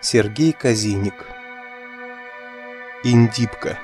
Сергей Казиник. Индипка.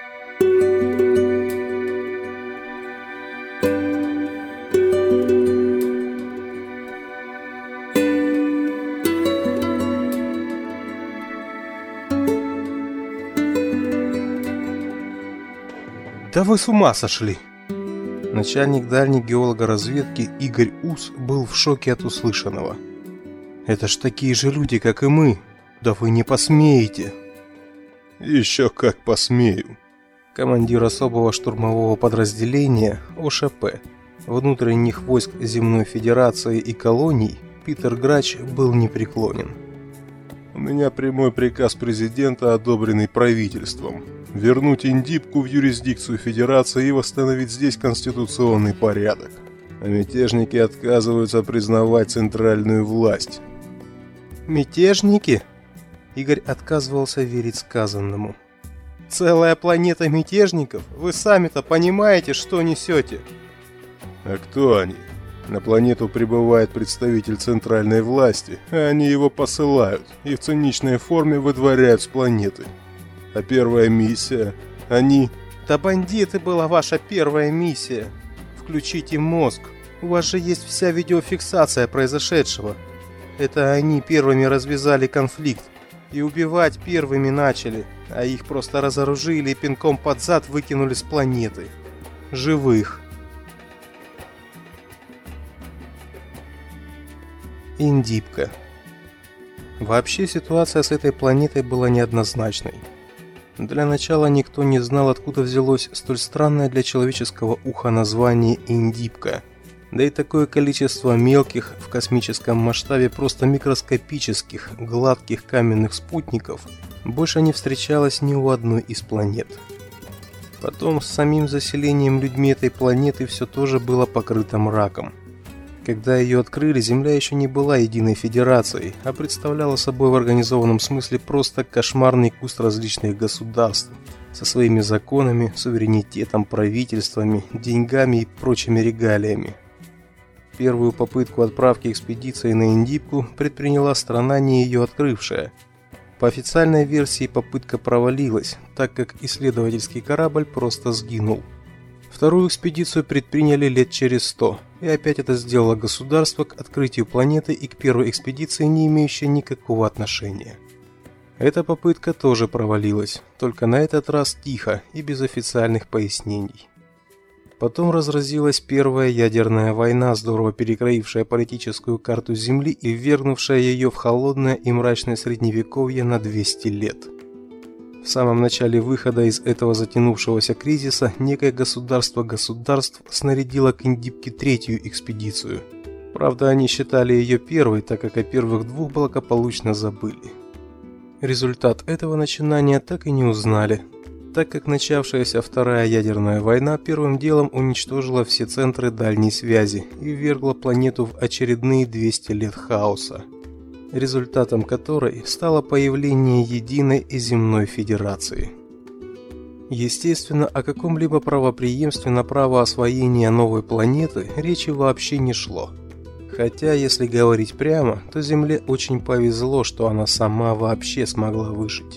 Да вы с ума сошли! Начальник дальней геологоразведки Игорь Ус был в шоке от услышанного. Это ж такие же люди, как и мы. Да вы не посмеете. Еще как посмею. Командир особого штурмового подразделения ОШП внутренних войск Земной Федерации и колоний Питер Грач был непреклонен. У меня прямой приказ президента, одобренный правительством, вернуть Индипку в юрисдикцию Федерации и восстановить здесь конституционный порядок. А мятежники отказываются признавать центральную власть. Мятежники? Игорь отказывался верить сказанному. Целая планета мятежников? Вы сами-то понимаете, что несете? А кто они? На планету прибывает представитель центральной власти, а они его посылают и в циничной форме выдворяют с планеты. А первая миссия, они... Да бандиты была ваша первая миссия. Включите мозг. У вас же есть вся видеофиксация произошедшего. Это они первыми развязали конфликт. И убивать первыми начали, а их просто разоружили и пинком под зад выкинули с планеты. Живых. Индипка. Вообще ситуация с этой планетой была неоднозначной. Для начала никто не знал, откуда взялось столь странное для человеческого уха название Индипка. Да и такое количество мелких в космическом масштабе просто микроскопических, гладких каменных спутников больше не встречалось ни у одной из планет. Потом с самим заселением людьми этой планеты все тоже было покрыто мраком. Когда ее открыли, Земля еще не была единой федерацией, а представляла собой в организованном смысле просто кошмарный куст различных государств со своими законами, суверенитетом, правительствами, деньгами и прочими регалиями. Первую попытку отправки экспедиции на Индипку предприняла страна, не ее открывшая. По официальной версии попытка провалилась, так как исследовательский корабль просто сгинул. Вторую экспедицию предприняли лет через 100, и опять это сделало государство к открытию планеты и к первой экспедиции, не имеющей никакого отношения. Эта попытка тоже провалилась, только на этот раз тихо и без официальных пояснений. Потом разразилась Первая ядерная война, здорово перекроившая политическую карту Земли и ввергнувшая ее в холодное и мрачное средневековье на 200 лет. В самом начале выхода из этого затянувшегося кризиса некое государство государств снарядило к Индипке третью экспедицию. Правда, они считали ее первой, так как о первых двух благополучно забыли. Результат этого начинания так и не узнали, так как начавшаяся Вторая ядерная война первым делом уничтожила все центры дальней связи и ввергла планету в очередные 200 лет хаоса, результатом которой стало появление единой и Земной Федерации. Естественно, о каком-либо правопреемстве на право освоения новой планеты речи вообще не шло. Хотя, если говорить прямо, то Земле очень повезло, что она сама вообще смогла выжить.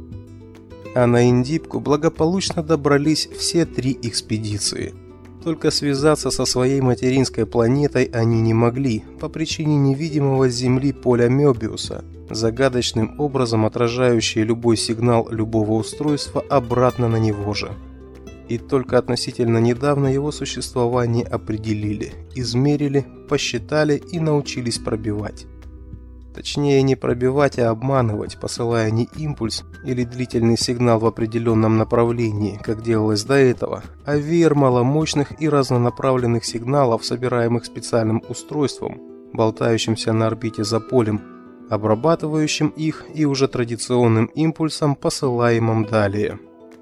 А на Индипку благополучно добрались все три экспедиции. Только связаться со своей материнской планетой они не могли по причине невидимого с Земли поля Мёбиуса, загадочным образом отражающее любой сигнал любого устройства обратно на него же. И только относительно недавно его существование определили, измерили, посчитали и научились пробивать. Точнее, не пробивать, а обманывать, посылая не импульс или длительный сигнал в определенном направлении, как делалось до этого, а веер маломощных и разнонаправленных сигналов, собираемых специальным устройством, болтающимся на орбите за полем, обрабатывающим их и уже традиционным импульсом, посылаемым далее.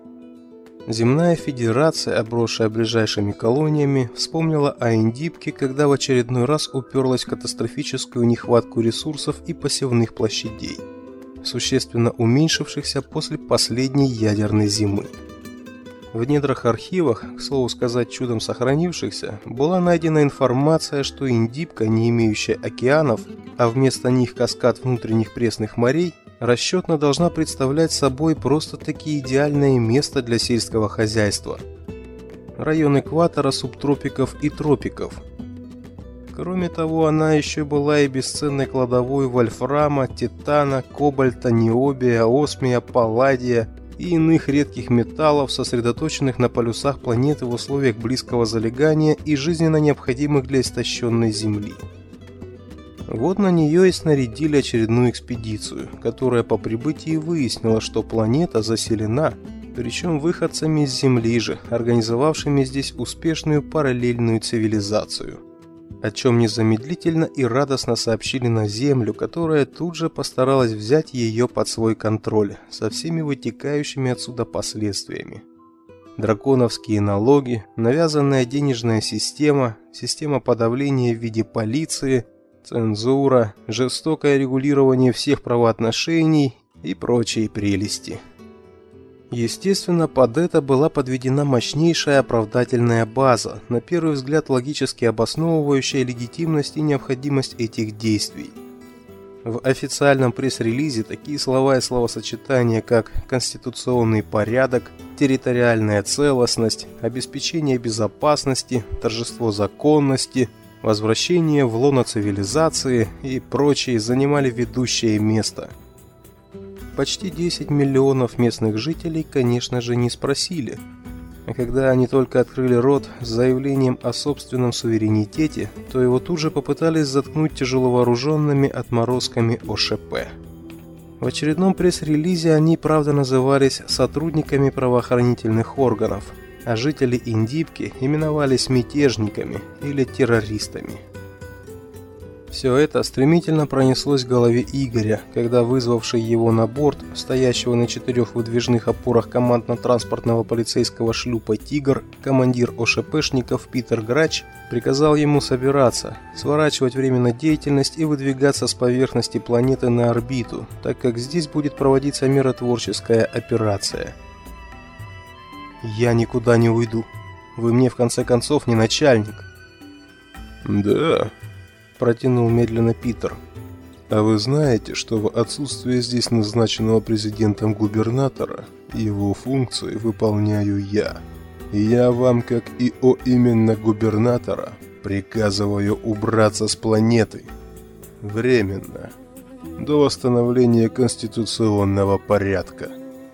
Земная Федерация, обросшая ближайшими колониями, вспомнила о Индипке, когда в очередной раз уперлась в катастрофическую нехватку ресурсов и посевных площадей, существенно уменьшившихся после последней ядерной зимы. В недрах архивах, к слову сказать чудом сохранившихся, была найдена информация, что Индипка, не имеющая океанов, а вместо них каскад внутренних пресных морей, расчетно должна представлять собой просто-таки идеальное место для сельского хозяйства. Район экватора, субтропиков и тропиков. Кроме того, она еще была и бесценной кладовой вольфрама, титана, кобальта, ниобия, осмия, палладия и иных редких металлов, сосредоточенных на полюсах планеты в условиях близкого залегания и жизненно необходимых для истощенной Земли. Вот на нее и снарядили очередную экспедицию, которая по прибытии выяснила, что планета заселена, причем выходцами с Земли же, организовавшими здесь успешную параллельную цивилизацию. О чем незамедлительно и радостно сообщили на Землю, которая тут же постаралась взять ее под свой контроль, со всеми вытекающими отсюда последствиями. Драконовские налоги, навязанная денежная система, система подавления в виде полиции, цензура, жестокое регулирование всех правоотношений и прочие прелести. Естественно, под это была подведена мощнейшая оправдательная база, на первый взгляд логически обосновывающая легитимность и необходимость этих действий. В официальном пресс-релизе такие слова и словосочетания, как «конституционный порядок», «территориальная целостность», «обеспечение безопасности», «торжество законности», «возвращение в лоно цивилизации» и прочие занимали ведущее место. Почти 10 миллионов местных жителей, конечно же, не спросили. А когда они только открыли рот с заявлением о собственном суверенитете, то его тут же попытались заткнуть тяжеловооруженными отморозками ОШП. В очередном пресс-релизе они, правда, назывались сотрудниками правоохранительных органов, а жители Индибки именовались мятежниками или террористами. Все это стремительно пронеслось в голове Игоря, когда вызвавший его на борт, стоящего на 4 выдвижных опорах командно-транспортного полицейского шлюпа «Тигр», командир ОШПшников Питер Грач приказал ему собираться, сворачивать временно деятельность и выдвигаться с поверхности планеты на орбиту, так как здесь будет проводиться миротворческая операция. «Я никуда не уйду. Вы мне в конце концов не начальник». «Да», протянул медленно Питер. «А вы знаете, что в отсутствие здесь назначенного президентом губернатора его функции выполняю я? И я вам, как и именно губернатора, приказываю убраться с планеты. Временно. До восстановления конституционного порядка».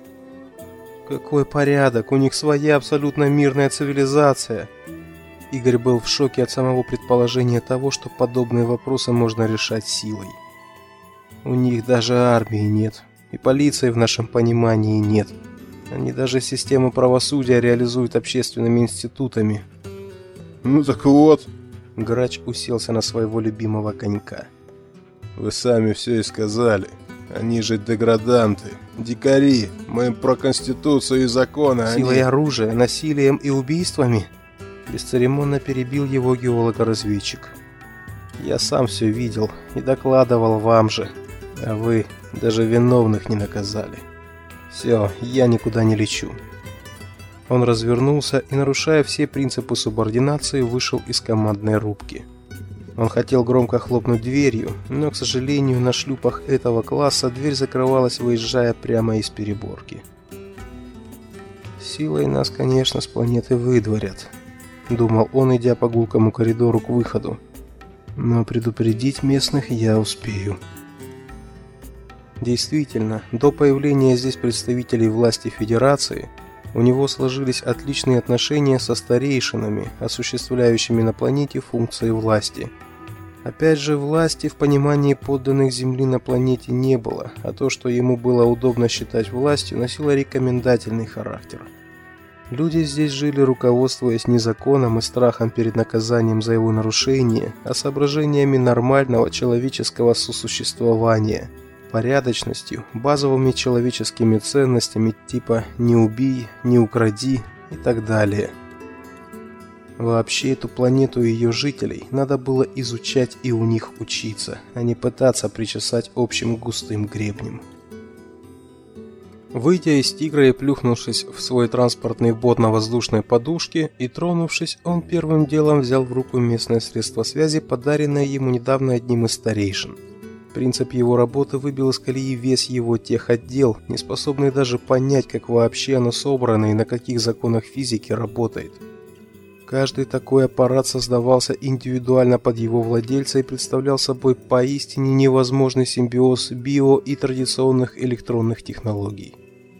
«Какой порядок? У них своя абсолютно мирная цивилизация». Игорь был в шоке от самого предположения того, что подобные вопросы можно решать силой. У них даже армии нет, и полиции в нашем понимании нет. Они даже систему правосудия реализуют общественными институтами. «Ну так вот», Грач уселся на своего любимого конька. «Вы сами все и сказали. Они же деграданты, дикари. Мы про конституцию и законы, Силой оружия, насилием и убийствами?» Бесцеремонно перебил его геолог-разведчик. «Я сам все видел и докладывал вам же, а вы даже виновных не наказали. Все, я никуда не лечу». Он развернулся и, нарушая все принципы субординации, вышел из командной рубки. Он хотел громко хлопнуть дверью, но, к сожалению, на шлюпах этого класса дверь закрывалась, выезжая прямо из переборки. «Силой нас, конечно, с планеты выдворят», — думал он, идя по гулкому коридору к выходу. «Но предупредить местных я успею». Действительно, до появления здесь представителей власти Федерации у него сложились отличные отношения со старейшинами, осуществляющими на планете функции власти. Опять же, власти в понимании подданных Земли на планете не было, а то, что ему было удобно считать властью, носило рекомендательный характер. Люди здесь жили, руководствуясь не законом и страхом перед наказанием за его нарушение, а соображениями нормального человеческого сосуществования, порядочностью, базовыми человеческими ценностями типа «не убей», «не укради» и так далее. Вообще эту планету и ее жителей надо было изучать и у них учиться, а не пытаться причесать общим густым гребнем. Выйдя из «Тигра» и плюхнувшись в свой транспортный бот на воздушной подушке и тронувшись, он первым делом взял в руку местное средство связи, подаренное ему недавно одним из старейшин. Принцип его работы выбил из колеи весь его техотдел, не способный даже понять, как вообще оно собрано и на каких законах физики работает. Каждый такой аппарат создавался индивидуально под его владельца и представлял собой поистине невозможный симбиоз био- и традиционных электронных технологий.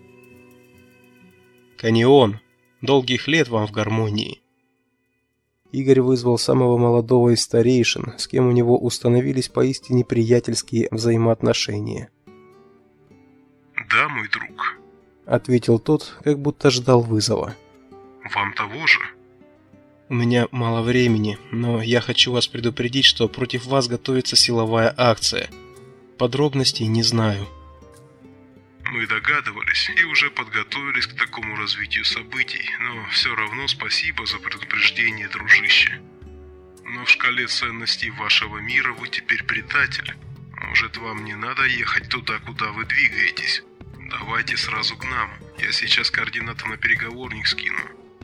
«Канион, долгих лет вам в гармонии!» Игорь вызвал самого молодого из старейшин, с кем у него установились поистине приятельские взаимоотношения. «Да, мой друг», — ответил тот, как будто ждал вызова. «Вам того же?» «У меня мало времени, но я хочу вас предупредить, что против вас готовится силовая акция. Подробностей не знаю». «Мы догадывались и уже подготовились к такому развитию событий, но все равно спасибо за предупреждение, дружище. Но в шкале ценностей вашего мира вы теперь предатель. Может, вам не надо ехать туда, куда вы двигаетесь? Давайте сразу к нам. Я сейчас координаты на переговорник скину».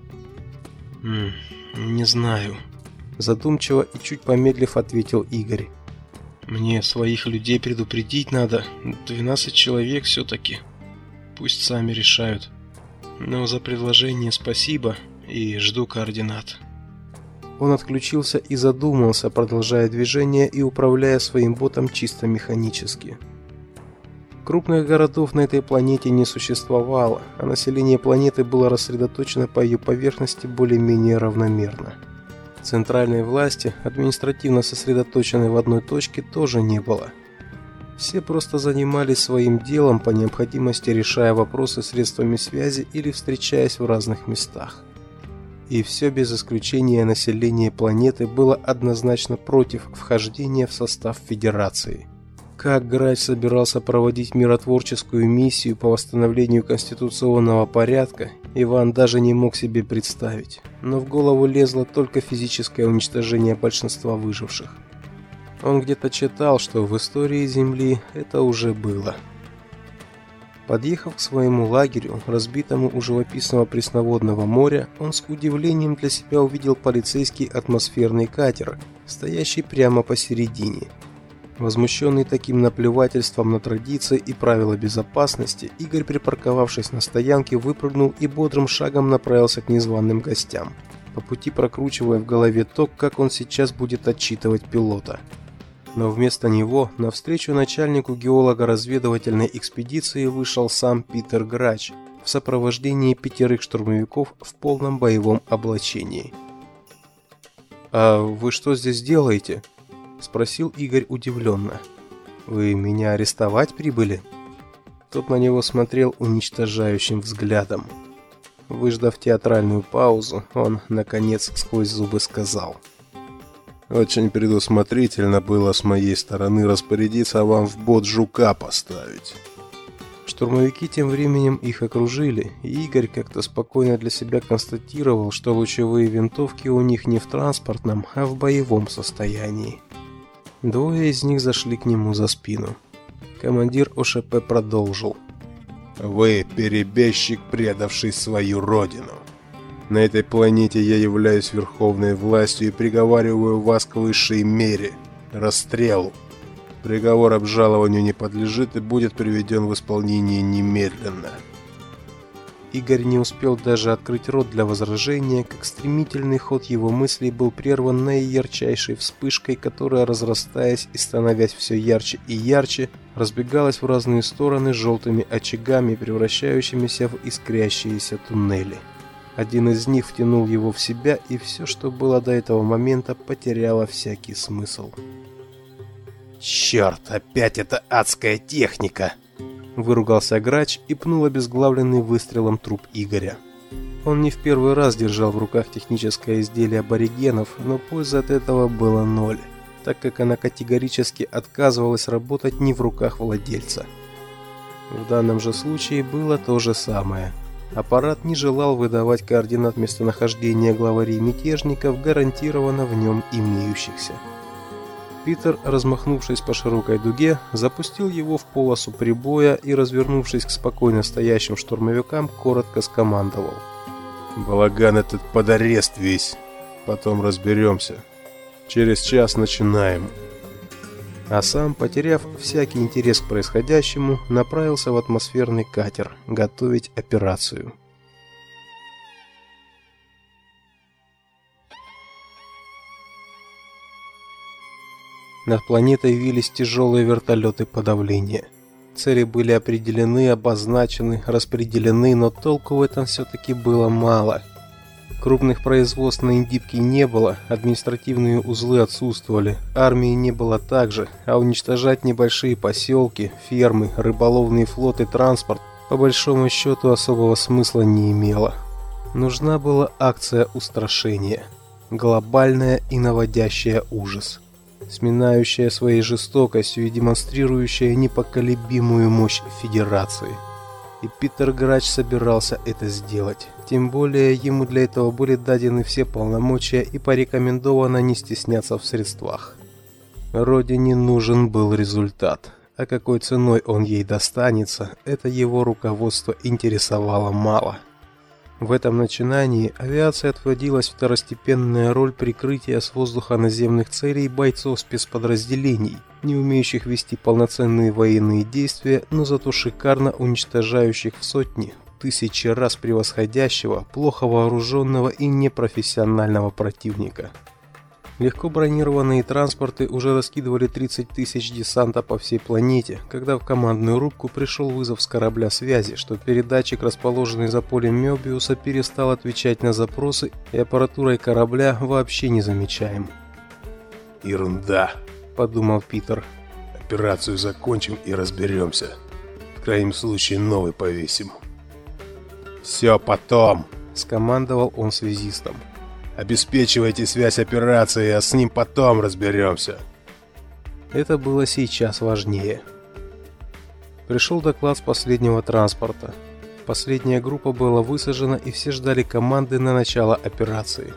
«Не знаю», — задумчиво и чуть помедлив ответил Игорь. «Мне своих людей предупредить надо. 12 человек все-таки. Пусть сами решают. Но за предложение спасибо и жду координат». Он отключился и задумался, продолжая движение и управляя своим ботом чисто механически. Крупных городов на этой планете не существовало, а население планеты было рассредоточено по ее поверхности более-менее равномерно. Центральной власти, административно сосредоточенной в одной точке, тоже не было. Все просто занимались своим делом, по необходимости решая вопросы средствами связи или встречаясь в разных местах. И все без исключения население планеты было однозначно против вхождения в состав Федерации. Как Грач собирался проводить миротворческую миссию по восстановлению конституционного порядка, Иван даже не мог себе представить, но в голову лезло только физическое уничтожение большинства выживших. Он где-то читал, что в истории Земли это уже было. Подъехав к своему лагерю, разбитому у живописного пресноводного моря, он с удивлением для себя увидел полицейский атмосферный катер, стоящий прямо посередине. Возмущенный таким наплевательством на традиции и правила безопасности, Игорь, припарковавшись на стоянке, выпрыгнул и бодрым шагом направился к незваным гостям, по пути прокручивая в голове то, как он сейчас будет отчитывать пилота. Но вместо него навстречу начальнику геолого-разведывательной экспедиции вышел сам Питер Грач в сопровождении 5 штурмовиков в полном боевом облачении. «А вы что здесь делаете?» — спросил Игорь удивленно. «Вы меня арестовать прибыли?» Тот на него смотрел уничтожающим взглядом. Выждав театральную паузу, он, наконец, сквозь зубы сказал: «Очень предусмотрительно было с моей стороны распорядиться вам в бот жука поставить». Штурмовики тем временем их окружили, и Игорь как-то спокойно для себя констатировал, что лучевые винтовки у них не в транспортном, а в боевом состоянии. 2 из них зашли к нему за спину. Командир ОШП продолжил: «Вы перебежчик, предавший свою родину. На этой планете я являюсь верховной властью и приговариваю вас к высшей мере – расстрелу. Приговор обжалованию не подлежит и будет приведен в исполнение немедленно». Игорь не успел даже открыть рот для возражения, как стремительный ход его мыслей был прерван наиярчайшей вспышкой, которая, разрастаясь и становясь все ярче и ярче, разбегалась в разные стороны желтыми очагами, превращающимися в искрящиеся туннели. Один из них втянул его в себя, и все, что было до этого момента, потеряло всякий смысл. «Черт, опять эта адская техника!» Выругался Грач и пнул обезглавленный выстрелом труп Игоря. Он не в первый раз держал в руках техническое изделие аборигенов, но пользы от этого было 0, так как она категорически отказывалась работать не в руках владельца. В данном же случае было то же самое. Аппарат не желал выдавать координат местонахождения главарей мятежников, гарантированно в нем имеющихся. Питер, размахнувшись по широкой дуге, запустил его в полосу прибоя и, развернувшись к спокойно стоящим штурмовикам, коротко скомандовал: «Балаган этот под арест весь. Потом разберемся. Через час начинаем». А сам, потеряв всякий интерес к происходящему, направился в атмосферный катер готовить операцию. Над планетой вились тяжелые вертолеты подавления. Цели были определены, обозначены, распределены, но толку в этом все-таки было мало. Крупных производств на Индибке не было, административные узлы отсутствовали, армии не было также, а уничтожать небольшие поселки, фермы, рыболовные флоты, транспорт по большому счету особого смысла не имело. Нужна была акция устрашения, глобальная и наводящая ужас, сминающая своей жестокостью и демонстрирующая непоколебимую мощь Федерации. И Питер Грач собирался это сделать. Тем более ему для этого были дадены все полномочия и порекомендовано не стесняться в средствах. Родине нужен был результат, а какой ценой он ей достанется, это его руководство интересовало мало. В этом начинании авиация отводилась второстепенная роль прикрытия с воздуха наземных целей бойцов спецподразделений, не умеющих вести полноценные военные действия, но зато шикарно уничтожающих в сотни, тысячи раз превосходящего, плохо вооруженного и непрофессионального противника. Легко бронированные транспорты уже раскидывали 30 тысяч десанта по всей планете, когда в командную рубку пришел вызов с корабля связи, что передатчик, расположенный за полем Мёбиуса, перестал отвечать на запросы, и аппаратурой корабля вообще не замечаем. «Ерунда», — подумал Питер. «Операцию закончим и разберемся. В крайнем случае новый повесим». «Все потом», — скомандовал он связистом. «Обеспечивайте связь операции, а с ним потом разберемся». Это было сейчас важнее. Пришел доклад с последнего транспорта. Последняя группа была высажена, и все ждали команды на начало операции.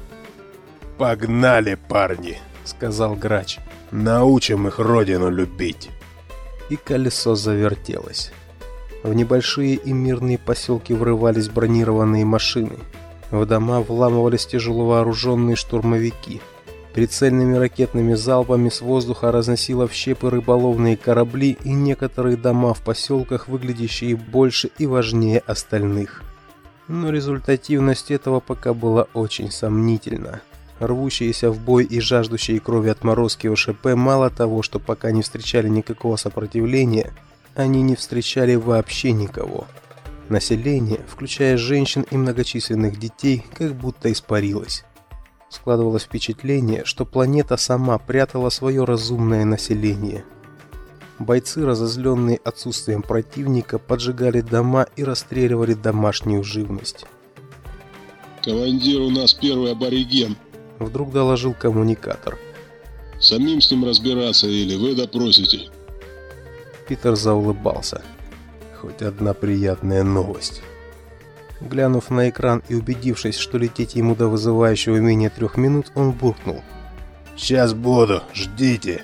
«Погнали, парни», — сказал Грач. «Научим их родину любить». И колесо завертелось. В небольшие и мирные поселки врывались бронированные машины. В дома вламывались тяжеловооруженные штурмовики. Прицельными ракетными залпами с воздуха разносило в щепы рыболовные корабли и некоторые дома в поселках, выглядящие больше и важнее остальных. Но результативность этого пока была очень сомнительна. Рвущиеся в бой и жаждущие крови отморозки ОШП мало того, что пока не встречали никакого сопротивления, они не встречали вообще никого. Население, включая женщин и многочисленных детей, как будто испарилось. Складывалось впечатление, что планета сама прятала свое разумное население. Бойцы, разозленные отсутствием противника, поджигали дома и расстреливали домашнюю живность. «Командир, у нас первый абориген», — вдруг доложил коммуникатор. «Самим с ним разбираться или вы допросите?» Питер заулыбался. Хоть одна приятная новость. Глянув на экран и убедившись, что лететь ему до вызывающего менее 3 минут, он буркнул: «Сейчас буду, ждите!»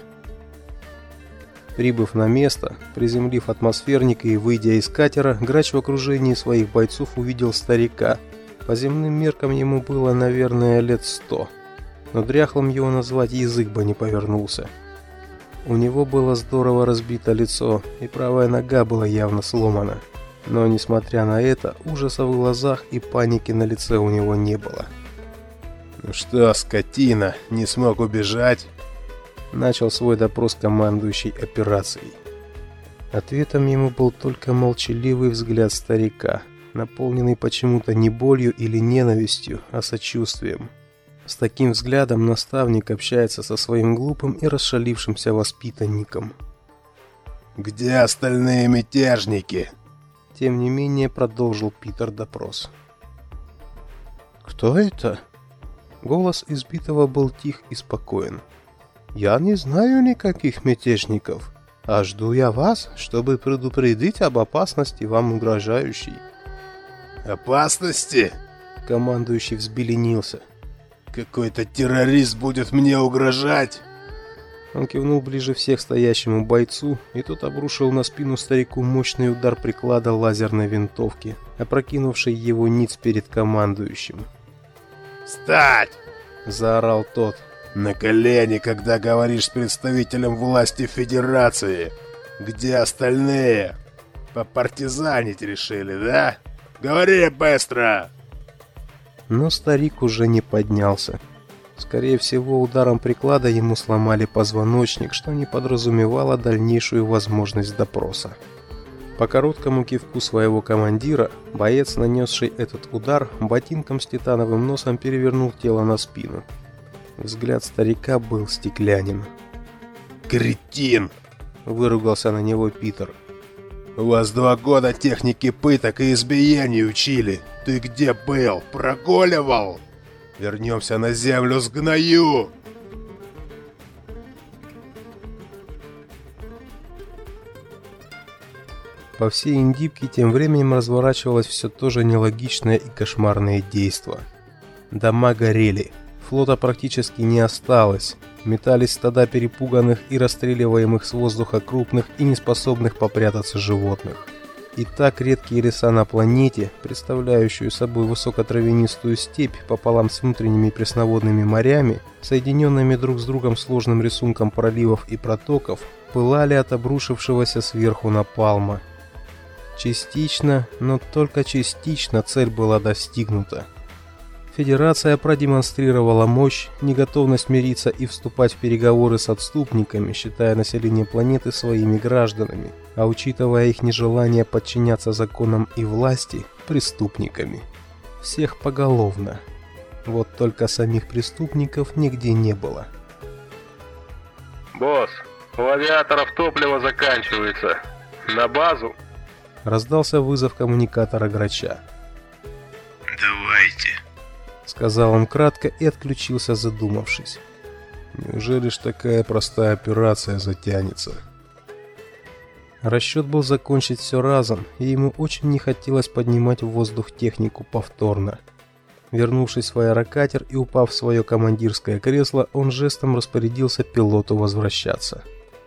Прибыв на место, приземлив атмосферник и выйдя из катера, Грач в окружении своих бойцов увидел старика. По земным меркам ему было, наверное, лет 100, но дряхлым его назвать язык бы не повернулся. У него было здорово разбито лицо, и правая нога была явно сломана. Но, несмотря на это, ужаса в глазах и паники на лице у него не было. «Ну что, скотина, не смог убежать?» Начал свой допрос командующий операцией. Ответом ему был только молчаливый взгляд старика, наполненный почему-то не болью или ненавистью, а сочувствием. С таким взглядом наставник общается со своим глупым и расшалившимся воспитанником. «Где остальные мятежники?» Тем не менее, продолжил Питер допрос. «Кто это?» Голос избитого был тих и спокоен. «Я не знаю никаких мятежников, а жду я вас, чтобы предупредить об опасности вам угрожающей». «Опасности?» Командующий взбеленился. «Какой-то террорист будет мне угрожать!» Он кивнул ближе всех стоящему бойцу, и тот обрушил на спину старику мощный удар приклада лазерной винтовки, опрокинувший его ниц перед командующим. «Встать!» – заорал тот. На колени, когда говоришь с представителем власти Федерации. Где остальные? Попартизанить решили, да? Говори быстро!» Но старик уже не поднялся. Скорее всего, ударом приклада ему сломали позвоночник, что не подразумевало дальнейшую возможность допроса. По короткому кивку своего командира, боец, нанесший этот удар, ботинком с титановым носом перевернул тело на спину. Взгляд старика был стеклянен. «Кретин!» — выругался на него Питер. «Вас 2 года техники пыток и избиений учили. Ты где был? Прогуливал? Вернемся на землю, сгною!» По всей Индибке тем временем разворачивалось все то же нелогичное и кошмарное действо. Дома горели, флота практически не осталось, метались стада перепуганных и расстреливаемых с воздуха крупных и неспособных попрятаться животных. И так редкие леса на планете, представляющую собой высокотравянистую степь пополам с внутренними пресноводными морями, соединенными друг с другом сложным рисунком проливов и протоков, пылали от обрушившегося сверху напалма. Частично, но только частично цель была достигнута. Федерация продемонстрировала мощь, неготовность мириться и вступать в переговоры с отступниками, считая население планеты своими гражданами, а учитывая их нежелание подчиняться законам и власти, преступниками. Всех поголовно. Вот только самих преступников нигде не было. «Босс, у авиаторов топливо заканчивается. На базу?» Раздался вызов коммуникатора Грача. «Давайте», — сказал он кратко и отключился, задумавшись. Неужели ж такая простая операция затянется? Расчет был закончить все разом, и ему очень не хотелось поднимать в воздух технику повторно. Вернувшись в аэрокатер и упав в свое командирское кресло, он жестом распорядился пилоту возвращаться.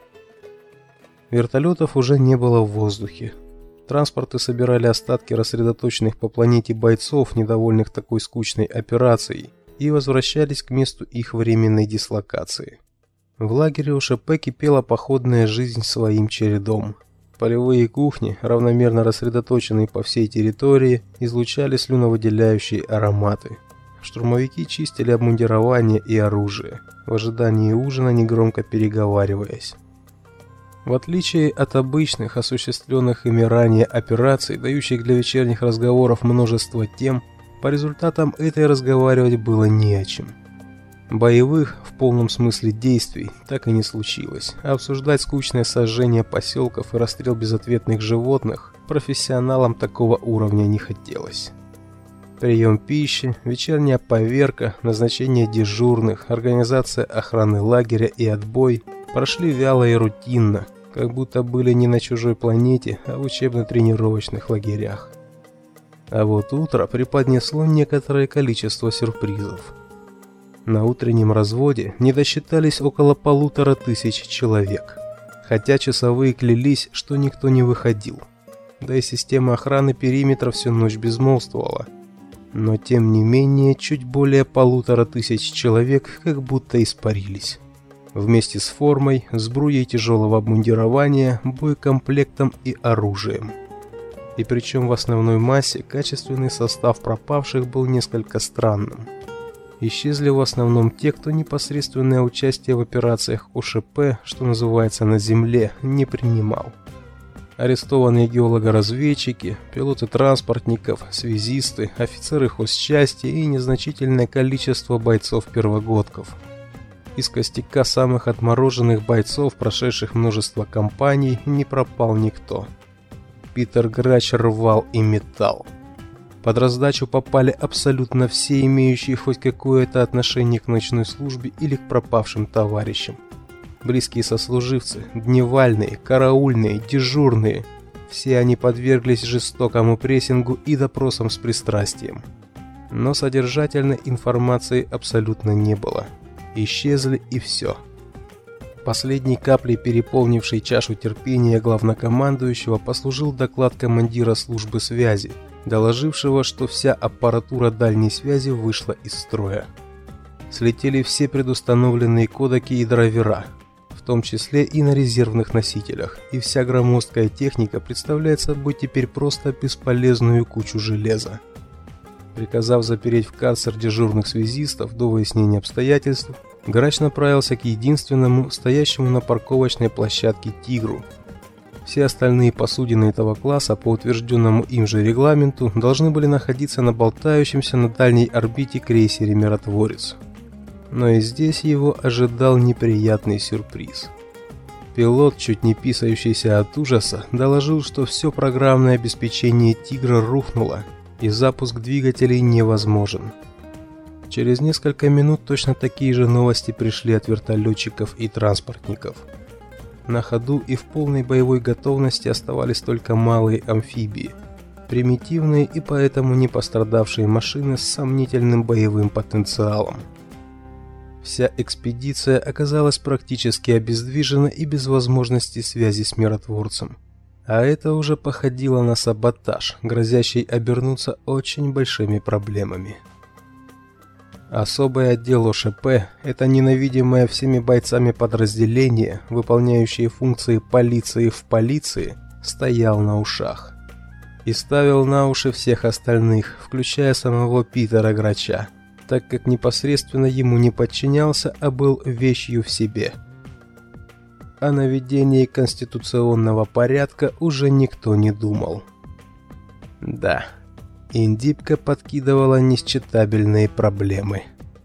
Вертолетов уже не было в воздухе. Транспорты собирали остатки рассредоточенных по планете бойцов, недовольных такой скучной операцией, и возвращались к месту их временной дислокации. В лагере ОШП кипела походная жизнь своим чередом. Полевые кухни, равномерно рассредоточенные по всей территории, излучали слюновыделяющие ароматы. Штурмовики чистили обмундирование и оружие, в ожидании ужина негромко переговариваясь. В отличие от обычных, осуществленных ими ранее операций, дающих для вечерних разговоров множество тем, по результатам этой разговаривать было не о чем. Боевых, в полном смысле действий, так и не случилось, а обсуждать скучное сожжение поселков и расстрел безответных животных профессионалам такого уровня не хотелось. Прием пищи, вечерняя поверка, назначение дежурных, организация охраны лагеря и отбой прошли вяло и рутинно, как будто были не на чужой планете, а в учебно-тренировочных лагерях. А вот утро преподнесло некоторое количество сюрпризов. На утреннем разводе не досчитались около 1500 человек, хотя часовые клялись, что никто не выходил. Да и система охраны периметра всю ночь безмолвствовала. Но тем не менее, чуть более 1500 человек как будто испарились. Вместе с формой, сбруей тяжелого обмундирования, боекомплектом и оружием. И причем в основной массе качественный состав пропавших был несколько странным. Исчезли в основном те, кто непосредственное участие в операциях ОШП, что называется, на земле, не принимал. Арестованные геолого-разведчики, пилоты транспортников, связисты, офицеры хозчасти и незначительное количество бойцов-первогодков. Из костяка самых отмороженных бойцов, прошедших множество кампаний, не пропал никто. Питер Грач рвал и метал. Под раздачу попали абсолютно все, имеющие хоть какое-то отношение к ночной службе или к пропавшим товарищам. Близкие сослуживцы, дневальные, караульные, дежурные – все они подверглись жестокому прессингу и допросам с пристрастием. Но содержательной информации абсолютно не было. Исчезли и все. Последней каплей, переполнившей чашу терпения главнокомандующего, послужил доклад командира службы связи, доложившего, что вся аппаратура дальней связи вышла из строя. слетели все предустановленные кодеки и драйвера, в том числе и на резервных носителях, и вся громоздкая техника представляет собой теперь просто бесполезную кучу железа. Приказав запереть в карцер дежурных связистов до выяснения обстоятельств, Грач направился к единственному, стоящему на парковочной площадке «Тигру». Все остальные посудины этого класса по утвержденному им же регламенту должны были находиться на болтающемся на дальней орбите крейсере «Миротворец». Но и здесь его ожидал неприятный сюрприз. Пилот, чуть не писающийся от ужаса, доложил, что все программное обеспечение «Тигра» рухнуло, и запуск двигателей невозможен. Через несколько минут точно такие же новости пришли от вертолетчиков и транспортников. На ходу и в полной боевой готовности оставались только малые амфибии, примитивные и поэтому не пострадавшие машины с сомнительным боевым потенциалом. Вся экспедиция оказалась практически обездвижена и без возможности связи с Миротворцем. А это уже походило на саботаж, грозящий обернуться очень большими проблемами. Особый отдел ОШП – это ненавидимое всеми бойцами подразделение, выполняющее функции полиции в полиции, стоял на ушах. И ставил на уши всех остальных, включая самого Питера Грача, так как непосредственно ему не подчинялся, а был вещью в себе. О наведении конституционного порядка уже никто не думал. Да, Индипка подкидывала несчетабельные проблемы.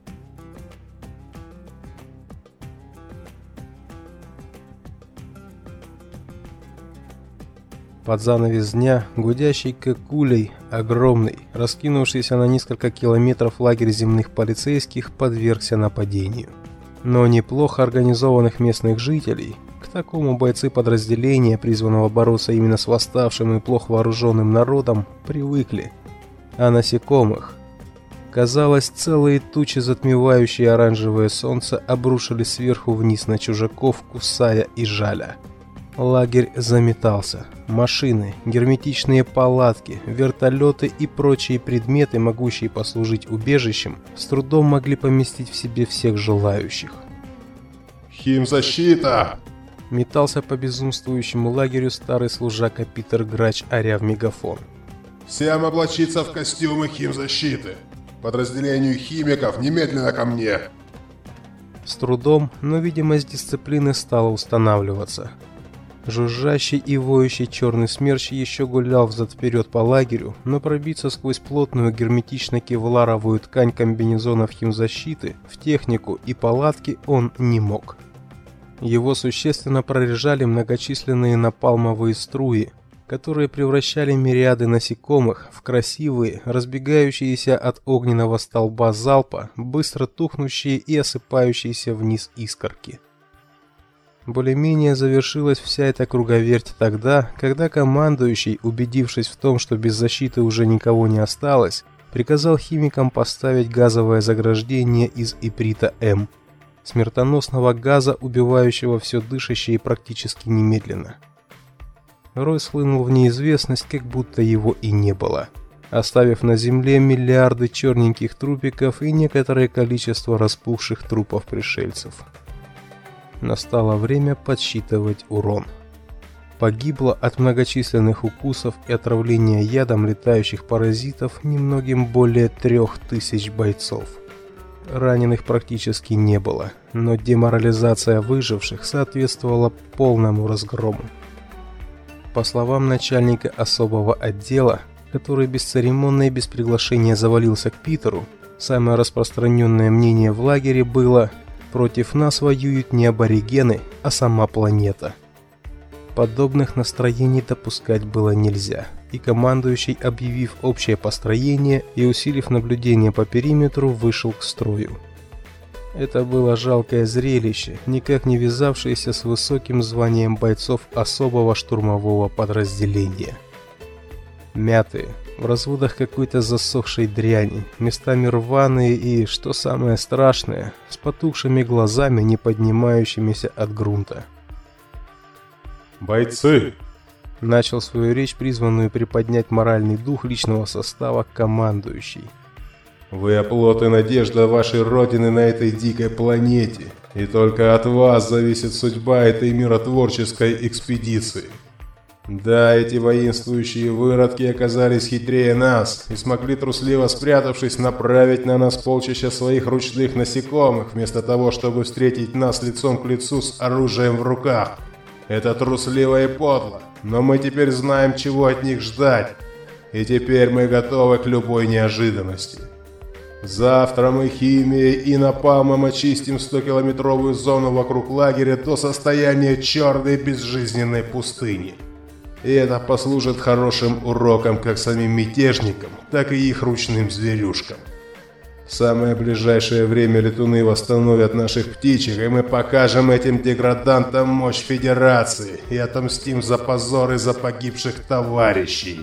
Под занавес дня, гудящий как улей, огромный, раскинувшийся на несколько километров лагерь земных полицейских подвергся нападению. Но неплохо организованных местных жителей, к такому бойцы подразделения, призванного бороться именно с восставшим и плохо вооруженным народом, привыкли. А насекомых, казалось, целые тучи, затмевающие оранжевое солнце, обрушились сверху вниз на чужаков, кусая и жаля. Лагерь заметался. Машины, герметичные палатки, вертолеты и прочие предметы, могущие послужить убежищем, с трудом могли поместить в себе всех желающих. «Химзащита!» Метался по безумствующему лагерю старый служака Питер Грач, оря в мегафон. «Всем облачиться в костюмы химзащиты! Подразделению химиков немедленно ко мне!» С трудом, но видимость дисциплины стала устанавливаться. Жужжащий и воющий черный смерч еще гулял взад-вперед по лагерю, но пробиться сквозь плотную герметично-кевларовую ткань комбинезонов химзащиты в технику и палатки он не мог. Его существенно прорежали многочисленные напалмовые струи, которые превращали мириады насекомых в красивые, разбегающиеся от огненного столба залпа, быстро тухнущие и осыпающиеся вниз искорки. Более-менее завершилась вся эта круговерть тогда, когда командующий, убедившись в том, что без защиты уже никого не осталось, приказал химикам поставить газовое заграждение из иприта М, смертоносного газа, убивающего все дышащее практически немедленно. Рой схлынул в неизвестность, как будто его и не было, оставив на земле миллиарды черненьких трупиков и некоторое количество распухших трупов пришельцев. Настало время подсчитывать урон. Погибло от многочисленных укусов и отравления ядом летающих паразитов немногим более 3000 бойцов. Раненых практически не было, но деморализация выживших соответствовала полному разгрому. По словам начальника особого отдела, который бесцеремонно и без приглашения завалился к Питеру, самое распространенное мнение в лагере было: против нас воюют не аборигены, а сама планета. Подобных настроений допускать было нельзя, и командующий, объявив общее построение и усилив наблюдение по периметру, вышел к строю. Это было жалкое зрелище, никак не вязавшееся с высоким званием бойцов особого штурмового подразделения. Мятые, в разводах какой-то засохшей дряни, местами рваные и, что самое страшное, с потухшими глазами, не поднимающимися от грунта. «Бойцы!» — начал свою речь, призванную приподнять моральный дух личного состава, командующий. Вы оплот и надежда вашей родины на этой дикой планете, и только от вас зависит судьба этой миротворческой экспедиции. Да, эти воинствующие выродки оказались хитрее нас и смогли, трусливо спрятавшись, направить на нас полчища своих ручных насекомых, вместо того, чтобы встретить нас лицом к лицу с оружием в руках. Это трусливо и подло, но мы теперь знаем, чего от них ждать, и теперь мы готовы к любой неожиданности. Завтра мы химией и напалмом очистим 100-километровую зону вокруг лагеря до состояния черной безжизненной пустыни. И это послужит хорошим уроком как самим мятежникам, так и их ручным зверюшкам. В самое ближайшее время летуны восстановят наших птичек, и мы покажем этим деградантам мощь Федерации и отомстим за позор и за погибших товарищей.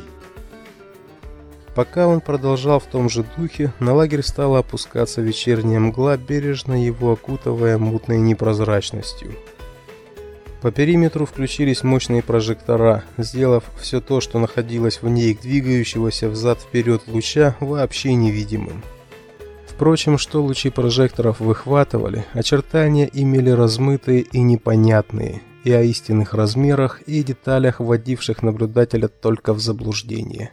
Пока он продолжал в том же духе, на лагерь стала опускаться вечерняя мгла, бережно его окутывая мутной непрозрачностью. По периметру включились мощные прожектора, сделав все то, что находилось вне их двигающегося взад-вперед луча, вообще невидимым. Впрочем, что лучи прожекторов выхватывали, очертания имели размытые и непонятные, и о истинных размерах и деталях, вводивших наблюдателя только в заблуждение.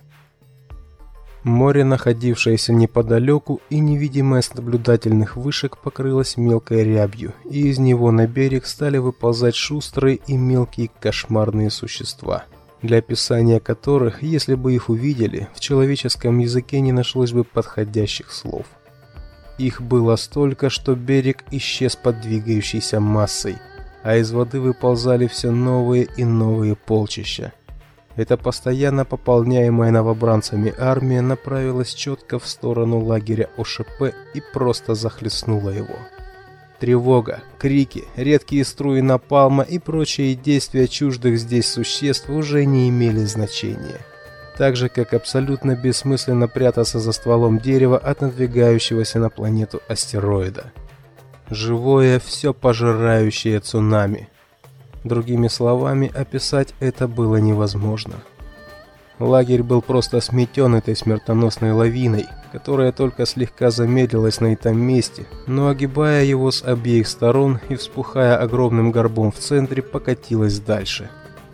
Море, находившееся неподалеку и невидимое с наблюдательных вышек, покрылось мелкой рябью, и из него на берег стали выползать шустрые и мелкие кошмарные существа, для описания которых, если бы их увидели, в человеческом языке не нашлось бы подходящих слов. Их было столько, что берег исчез под двигающейся массой, а из воды выползали все новые и новые полчища. Эта постоянно пополняемая новобранцами армия направилась четко в сторону лагеря ОШП и просто захлестнула его. Тревога, крики, редкие струи напалма и прочие действия чуждых здесь существ уже не имели значения. Так же, как абсолютно бессмысленно прятаться за стволом дерева от надвигающегося на планету астероида. Живое, все пожирающее цунами. Другими словами, описать это было невозможно. Лагерь был просто сметен этой смертоносной лавиной, которая только слегка замедлилась на этом месте, но огибая его с обеих сторон и вспухая огромным горбом в центре, покатилась дальше.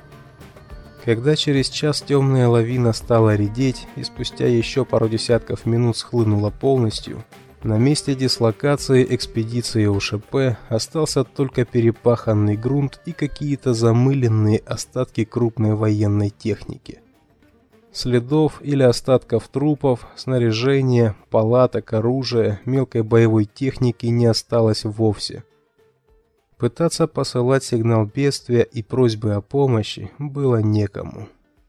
Когда через час темная лавина стала редеть и спустя еще пару десятков минут схлынула полностью, на месте дислокации экспедиции ОШП остался только перепаханный грунт и какие-то замыленные остатки крупной военной техники. Следов или остатков трупов, снаряжения, палаток, оружия, мелкой боевой техники не осталось вовсе. Пытаться посылать сигнал бедствия и просьбы о помощи было некому.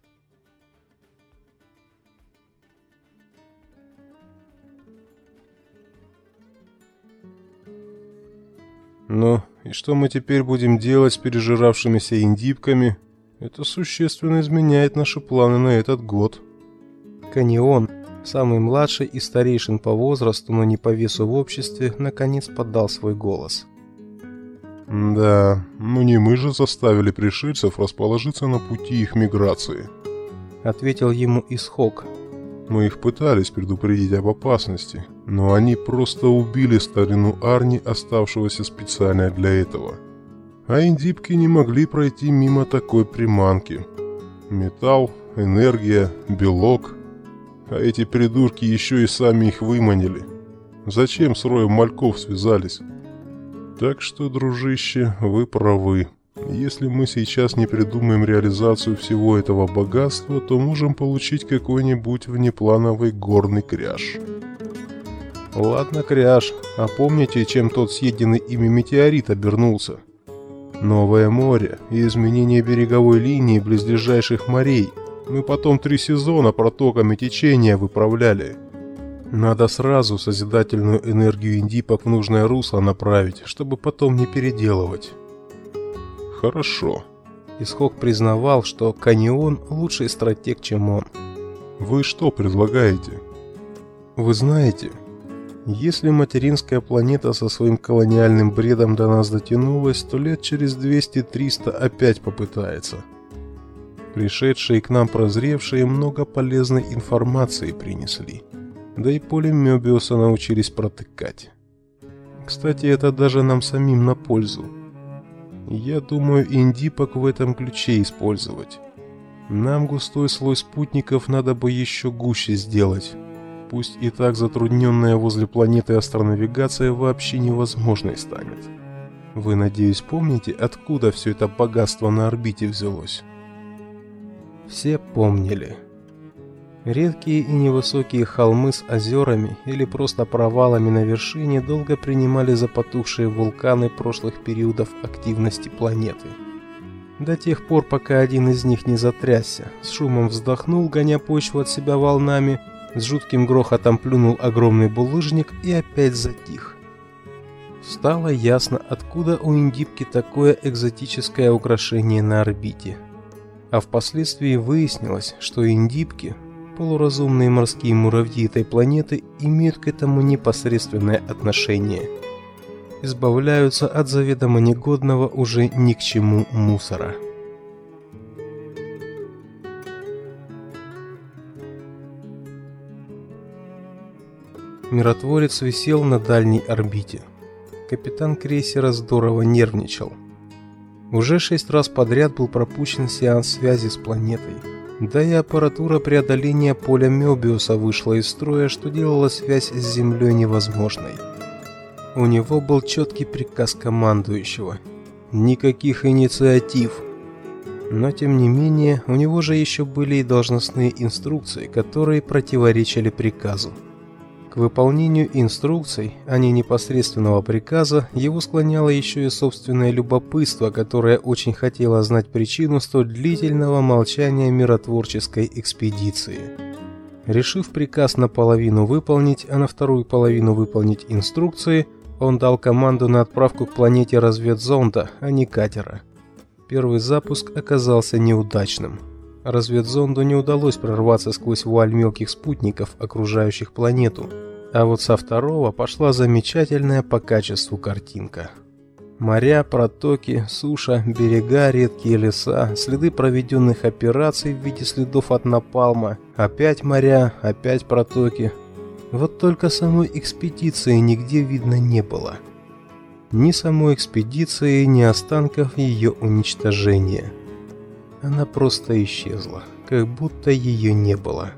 Ну, и что мы теперь будем делать с пережиравшимися индипками? Это существенно изменяет наши планы на этот год. Канион, самый младший из старейшин по возрасту, но не по весу в обществе, наконец подал свой голос. Да, ну не мы же заставили пришельцев расположиться на пути их миграции. Ответил ему Исхок. Мы их пытались предупредить об опасности, но они просто убили старину Арни, оставшегося специально для этого. А индипки не могли пройти мимо такой приманки. Металл, энергия, белок. А эти придурки еще и сами их выманили. Зачем с роем мальков связались? Так что, дружище, вы правы. Если мы сейчас не придумаем реализацию всего этого богатства, то можем получить какой-нибудь внеплановый горный кряж. Ладно, кряж, а помните, чем тот съеденный ими метеорит обернулся? Новое море и изменение береговой линии близлежащих морей. Мы потом 3 сезона протоками течения выправляли. Надо сразу созидательную энергию индипок в нужное русло направить, чтобы потом не переделывать. Хорошо. Исхок признавал, что Канион лучший стратег, чем он. Вы что предлагаете? Вы знаете, если материнская планета со своим колониальным бредом до нас дотянулась, то лет через 200-300 опять попытается. Пришедшие к нам прозревшие много полезной информации принесли. Да и поле Мёбиуса научились протыкать. Кстати, это даже нам самим на пользу. Я думаю, индипок в этом ключе использовать. Нам густой слой спутников надо бы еще гуще сделать. Пусть и так затрудненная возле планеты астронавигация вообще невозможной станет. Вы, надеюсь, помните, откуда все это богатство на орбите взялось? Все помнили. Редкие и невысокие холмы с озерами или просто провалами на вершине долго принимали за потухшие вулканы прошлых периодов активности планеты. До тех пор, пока один из них не затрясся, с шумом вздохнул, гоня почву от себя волнами, с жутким грохотом плюнул огромный булыжник и опять затих. Стало ясно, откуда у индипки такое экзотическое украшение на орбите. А впоследствии выяснилось, что индипки, полуразумные морские муравьи этой планеты, имеют к этому непосредственное отношение. Избавляются от заведомо негодного уже ни к чему мусора. Миротворец висел на дальней орбите. Капитан крейсера здорово нервничал. Уже 6 раз подряд был пропущен сеанс связи с планетой. Да и аппаратура преодоления поля Мёбиуса вышла из строя, что делало связь с Землей невозможной. У него был четкий приказ командующего: никаких инициатив. Но тем не менее, у него же еще были и должностные инструкции, которые противоречили приказу. К выполнению инструкций, а не непосредственного приказа, его склоняло еще и собственное любопытство, которое очень хотело знать причину столь длительного молчания миротворческой экспедиции. Решив приказ наполовину выполнить, а на вторую половину выполнить инструкции, он дал команду на отправку к планете разведзонда, а не катера. Первый запуск оказался неудачным. Разведзонду не удалось прорваться сквозь вуаль мелких спутников, окружающих планету, а вот со второго пошла замечательная по качеству картинка. Моря, протоки, суша, берега, редкие леса, следы проведенных операций в виде следов от напалма, опять моря, опять протоки. Вот только самой экспедиции нигде видно не было. Ни самой экспедиции, ни останков ее уничтожения. Она просто исчезла, как будто ее не было.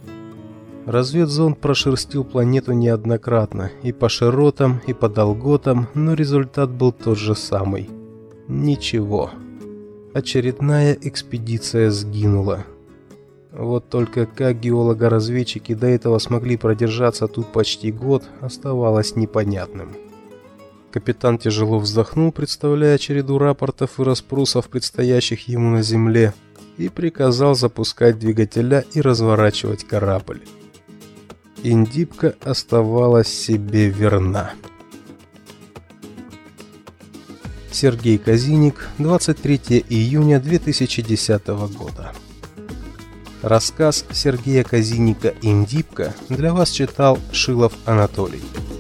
Разведзонд прошерстил планету неоднократно, и по широтам, и по долготам, но результат был тот же самый. Ничего. Очередная экспедиция сгинула. Вот только как геолого-разведчики до этого смогли продержаться тут почти год, оставалось непонятным. Капитан тяжело вздохнул, представляя череду рапортов и расспросов, предстоящих ему на Земле, и приказал запускать двигателя и разворачивать корабль. Индипка оставалась себе верна. Сергей Казиник, 23 июня 2010 года. Рассказ Сергея Казиника «Индипка» для вас читал Шилов Анатолий.